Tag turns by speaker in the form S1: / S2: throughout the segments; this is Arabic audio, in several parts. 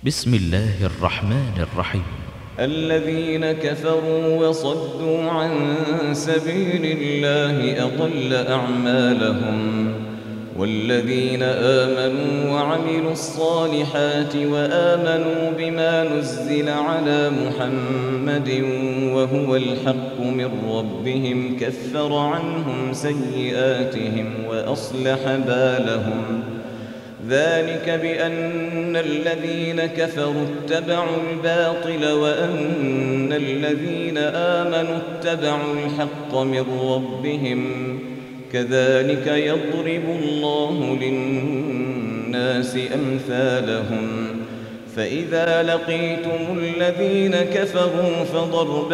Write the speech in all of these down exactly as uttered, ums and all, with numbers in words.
S1: بسم الله الرحمن الرحيم.
S2: الذين كفروا وصدوا عن سبيل الله أضل أعمالهم، والذين آمنوا وعملوا الصالحات وآمنوا بما نزل على محمد وهو الحق من ربهم كفر عنهم سيئاتهم وأصلح بالهم. ذلك بأن الذين كفروا اتبعوا الباطل وأن الذين آمنوا اتبعوا الحق من ربهم، كذلك يضرب الله للناس أمثالهم. فإذا لقيتم الذين كفروا فضرب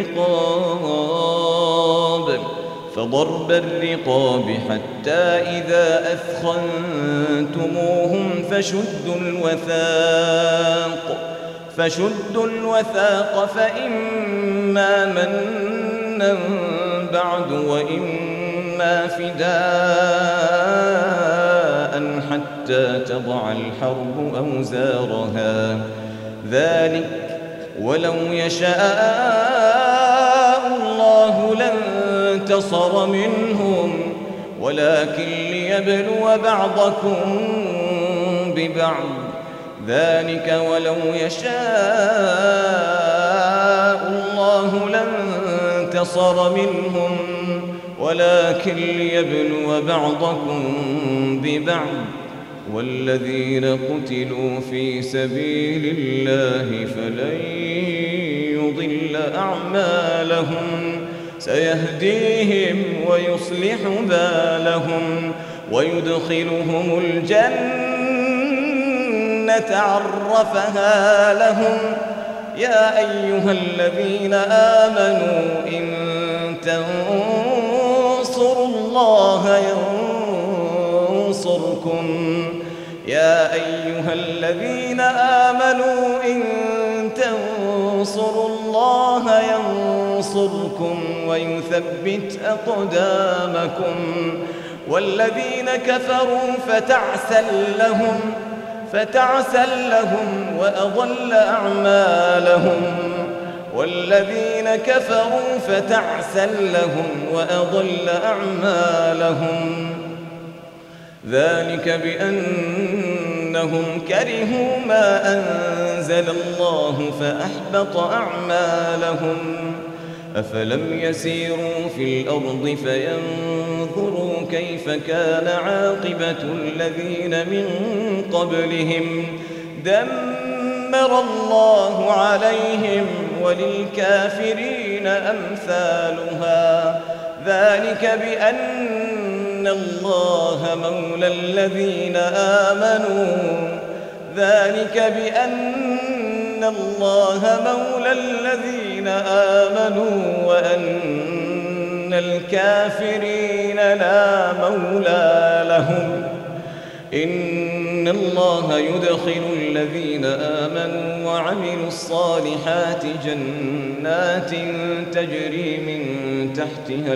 S2: الرقاب فضرب الرقاب حتى إذا أثخنتموهم فشدوا الوثاق فشدوا الوثاق فإما منا بعد وإما فداء حتى تضع الحرب أوزارها. ذلك ولو يشاء الله لانتصر منهم ولكن ليبلو بعضكم ببعض. ذلك ولو يشاء الله لانتصر منهم ولكن ليبلو بعضكم ببعض. والذين قتلوا في سبيل الله فلن يضل أعمالهم سيهديهم ويصلح بالهم ويدخلهم الجنة عرفها لهم. يا أيها الذين آمنوا إن تنصروا الله ينصركم يا أيها الذين آمنوا إن تنصروا الله ينصركم ويثبت أقدامكم. والذين كفروا فتعسا لهم فتعسا لهم وأضل أعمالهم والذين كفروا فتعسا لهم وأضل أعمالهم. ذلك بأنهم كرهوا ما أنزل الله فأحبط أعمالهم. أفلم يسيروا في الأرض فينظروا كيف كان عاقبة الذين من قبلهم دمر الله عليهم وللكافرين أمثالها. ذلك بأن الله مولى الذين آمنوا ذلك بأن الله مولى الذين آمنوا وأن الكافرين لا مولى لهم. إن الله يدخل الذين آمنوا وعملوا الصالحات جنات تجري من تحتها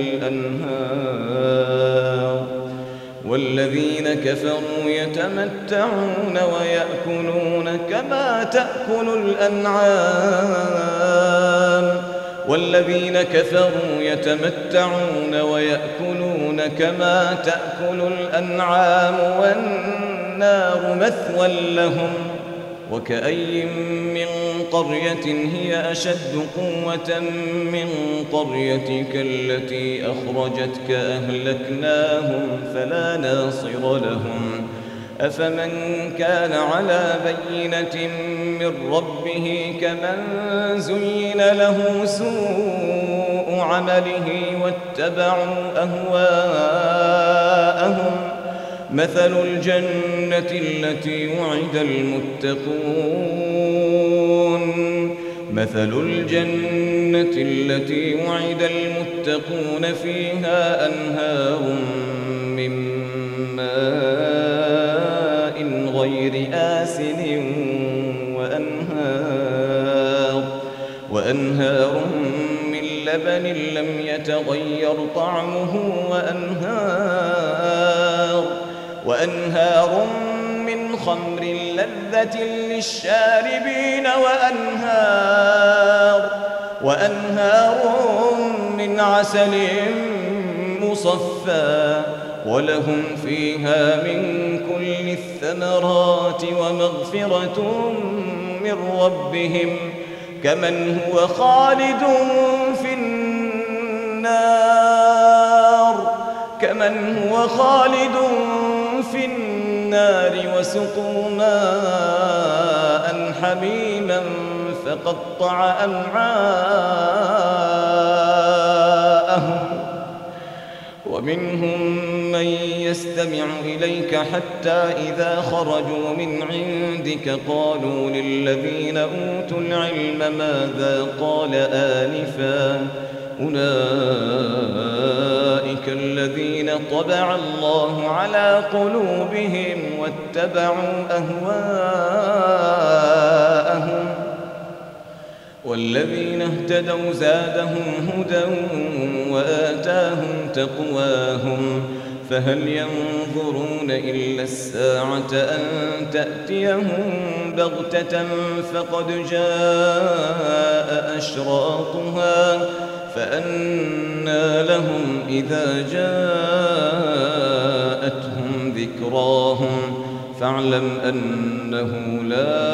S2: الأنهار والذين كفروا يتمتعون ويأكلون كما تأكل الأنعام والذين كفروا يتمتعون ويأكلون كما تأكل الأنعام والنار مثوى لهم. وكأي من قرية هي أشد قوة من قريتك التي أخرجتك أهلكناهم فلا ناصر لهم. أفمن كان على بينة من ربه كمن زين له سوء عمله واتبعوا أهواءهم. مثل الجنة التي وعد المتقون مثل الجنة التي وعد المتقون فيها أنهار من ماء غير آسن وأنهار وأنهار من لبن لم يتغير طعمه وأنهار وأنهار من خمر لذة للشاربين وأنهار, وأنهار من عسل مصفى ولهم فيها من كل الثمرات ومغفرة من ربهم كمن هو خالد في النار كمن هو خالد في النار وسقوا ماء حميما فقطع أمعاءهم ومنهم من يستمع إليك حتى إذا خرجوا من عندك قالوا للذين أوتوا العلم ماذا قال آنفا أولئك الذين طبع الله على قلوبهم واتبعوا أهواءهم والذين اهتدوا زادهم هدى وآتاهم تقواهم فهل ينظرون إلا الساعة أن تأتيهم بغتة فقد جاء أشراطها فأنى لهم إذا جاءتهم ذكراهم فاعلم أنه لا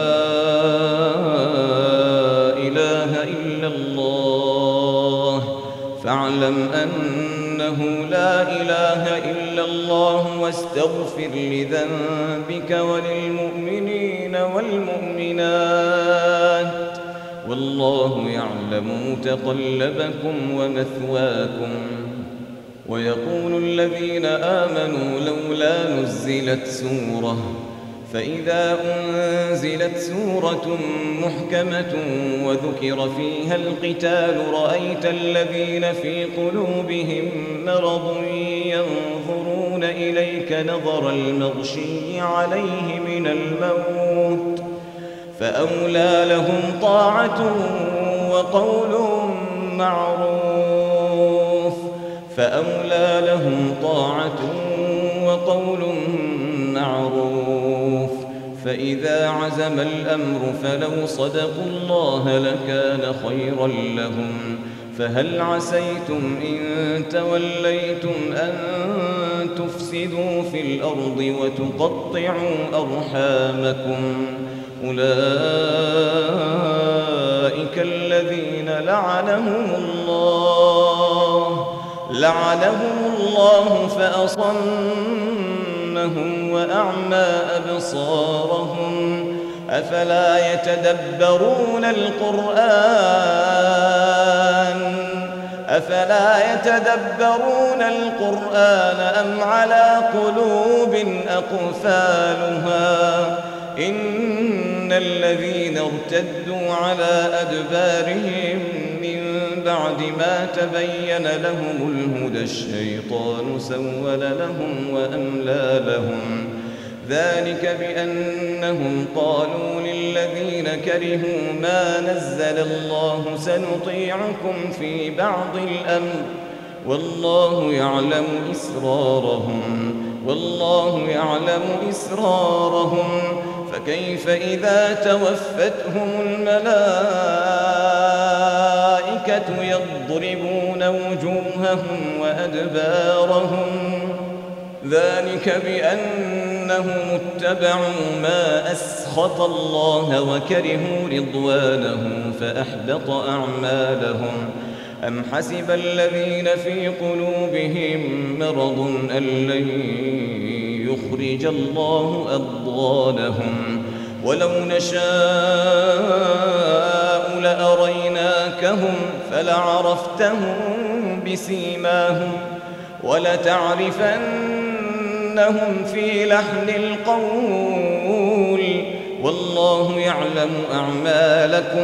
S2: إله إلا الله فاعلم أنه لا إله إلا الله واستغفر لذنبك وللمؤمنين والمؤمنات والله يعلم متقلبكم ومثواكم ويقول الذين آمنوا لولا نزلت سورة فإذا أنزلت سورة محكمة وذكر فيها القتال رأيت الذين في قلوبهم مرض ينظرون إليك نظر المغشي عليه من الموت فأولى لهم طاعة وقول معروف فأولى لهم طاعة وقول معروف فإذا عزم الأمر فلو صدقوا الله لكان خيرا لهم فهل عسيتم إن توليتم أن تفسدوا في الأرض وتقطعوا أرحامكم أولئك الذين لعنهم الله لعنهم الله فأصمهم وأعمى أبصارهم أفلا يتدبرون القرآن أفلا يتدبرون القرآن أم على قلوب أقفالها إن الذين ارتدوا على أدبارهم من بعد ما تبين لهم الهدى الشيطان سول لهم وأملى لهم ذلك بأنهم قالوا للذين كرهوا ما نزل الله سنطيعكم في بعض الأمر والله يعلم إسرارهم والله يعلم إسرارهم فكيف إذا توفتهم الملائكة يضربون وجوههم وأدبارهم ذلك بأنهم اتبعوا ما أسخط الله وكرهوا رضوانه فأحبط أعمالهم أم حسب الذين في قلوبهم مرض أن لن يخرج الله أضغانهم ولو نشاء لأريناكهم فلعرفتهم بسيماهم ولتعرفنهم في لحن القول والله يعلم أعمالكم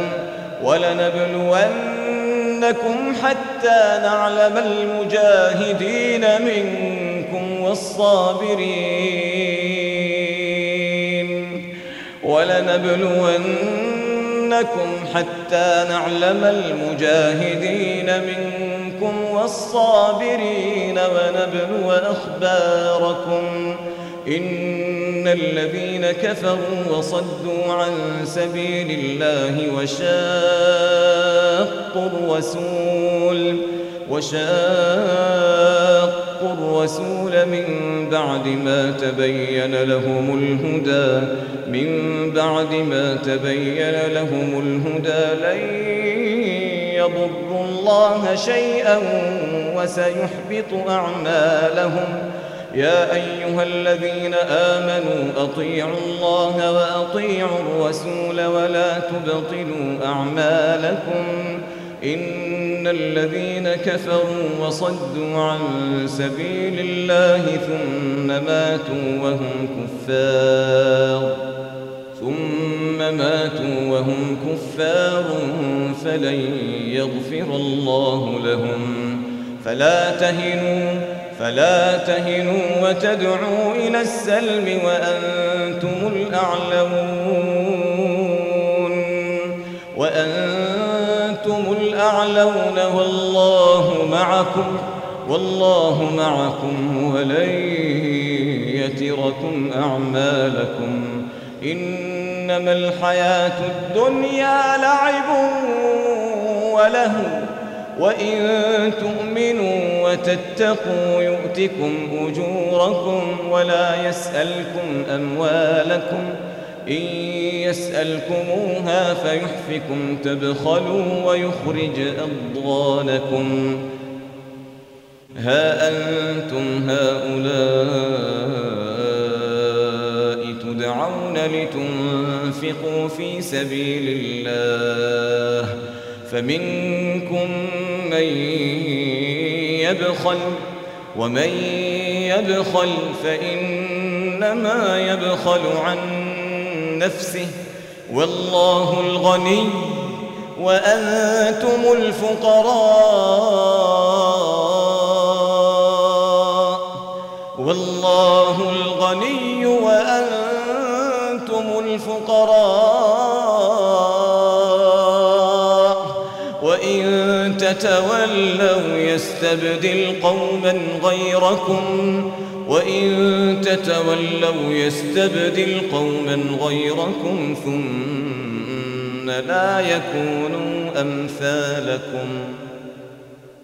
S2: ولنبلونكم حتى نعلم المجاهدين منكم والصابرين ولنبلونكم حتى نعلم المجاهدين منكم والصابرين ونبلو أخباركم إن الذين كفروا وصدوا عن سبيل الله وشاقوا الرسول وشاقوا الرسول من بعد ما تبين لهم الهدى من بعد ما تبين لهم الهدى لن يضروا الله شيئا وسيحبط أعمالهم. يا أيها الذين آمنوا أطيعوا الله وأطيعوا الرسول ولا تبطلوا أعمالكم إن الذين كفروا وصدوا عن سبيل الله ثم ماتوا وهم كفار ثم ماتوا وهم كفار فلن يغفر الله لهم. فلا تهنوا فلا تهنوا وتدعوا إلى السلم وأنتم الأعلون وأنتم الأعلون والله معكم والله معكم ولن يتركم أعمالكم. إنما الحياة الدنيا لعب ولهو وإن تؤمنوا وتتقوا يؤتكم أجوركم ولا يسألكم أموالكم إن يسألكموها فيحفكم تبخلوا ويخرج أضغانكم. ها أنتم هؤلاء تدعون لتنفقوا في سبيل الله فمنكم من يبخل ومن يبخل فإنما يبخل عن نفسه والله الغني وأنتم الفقراء والله الغني وأنتم الفقراء وإن تتولوا يستبدل قوما غيركم وإن تتولوا يستبدل قوما غيركم ثم لا يكونوا أمثالكم.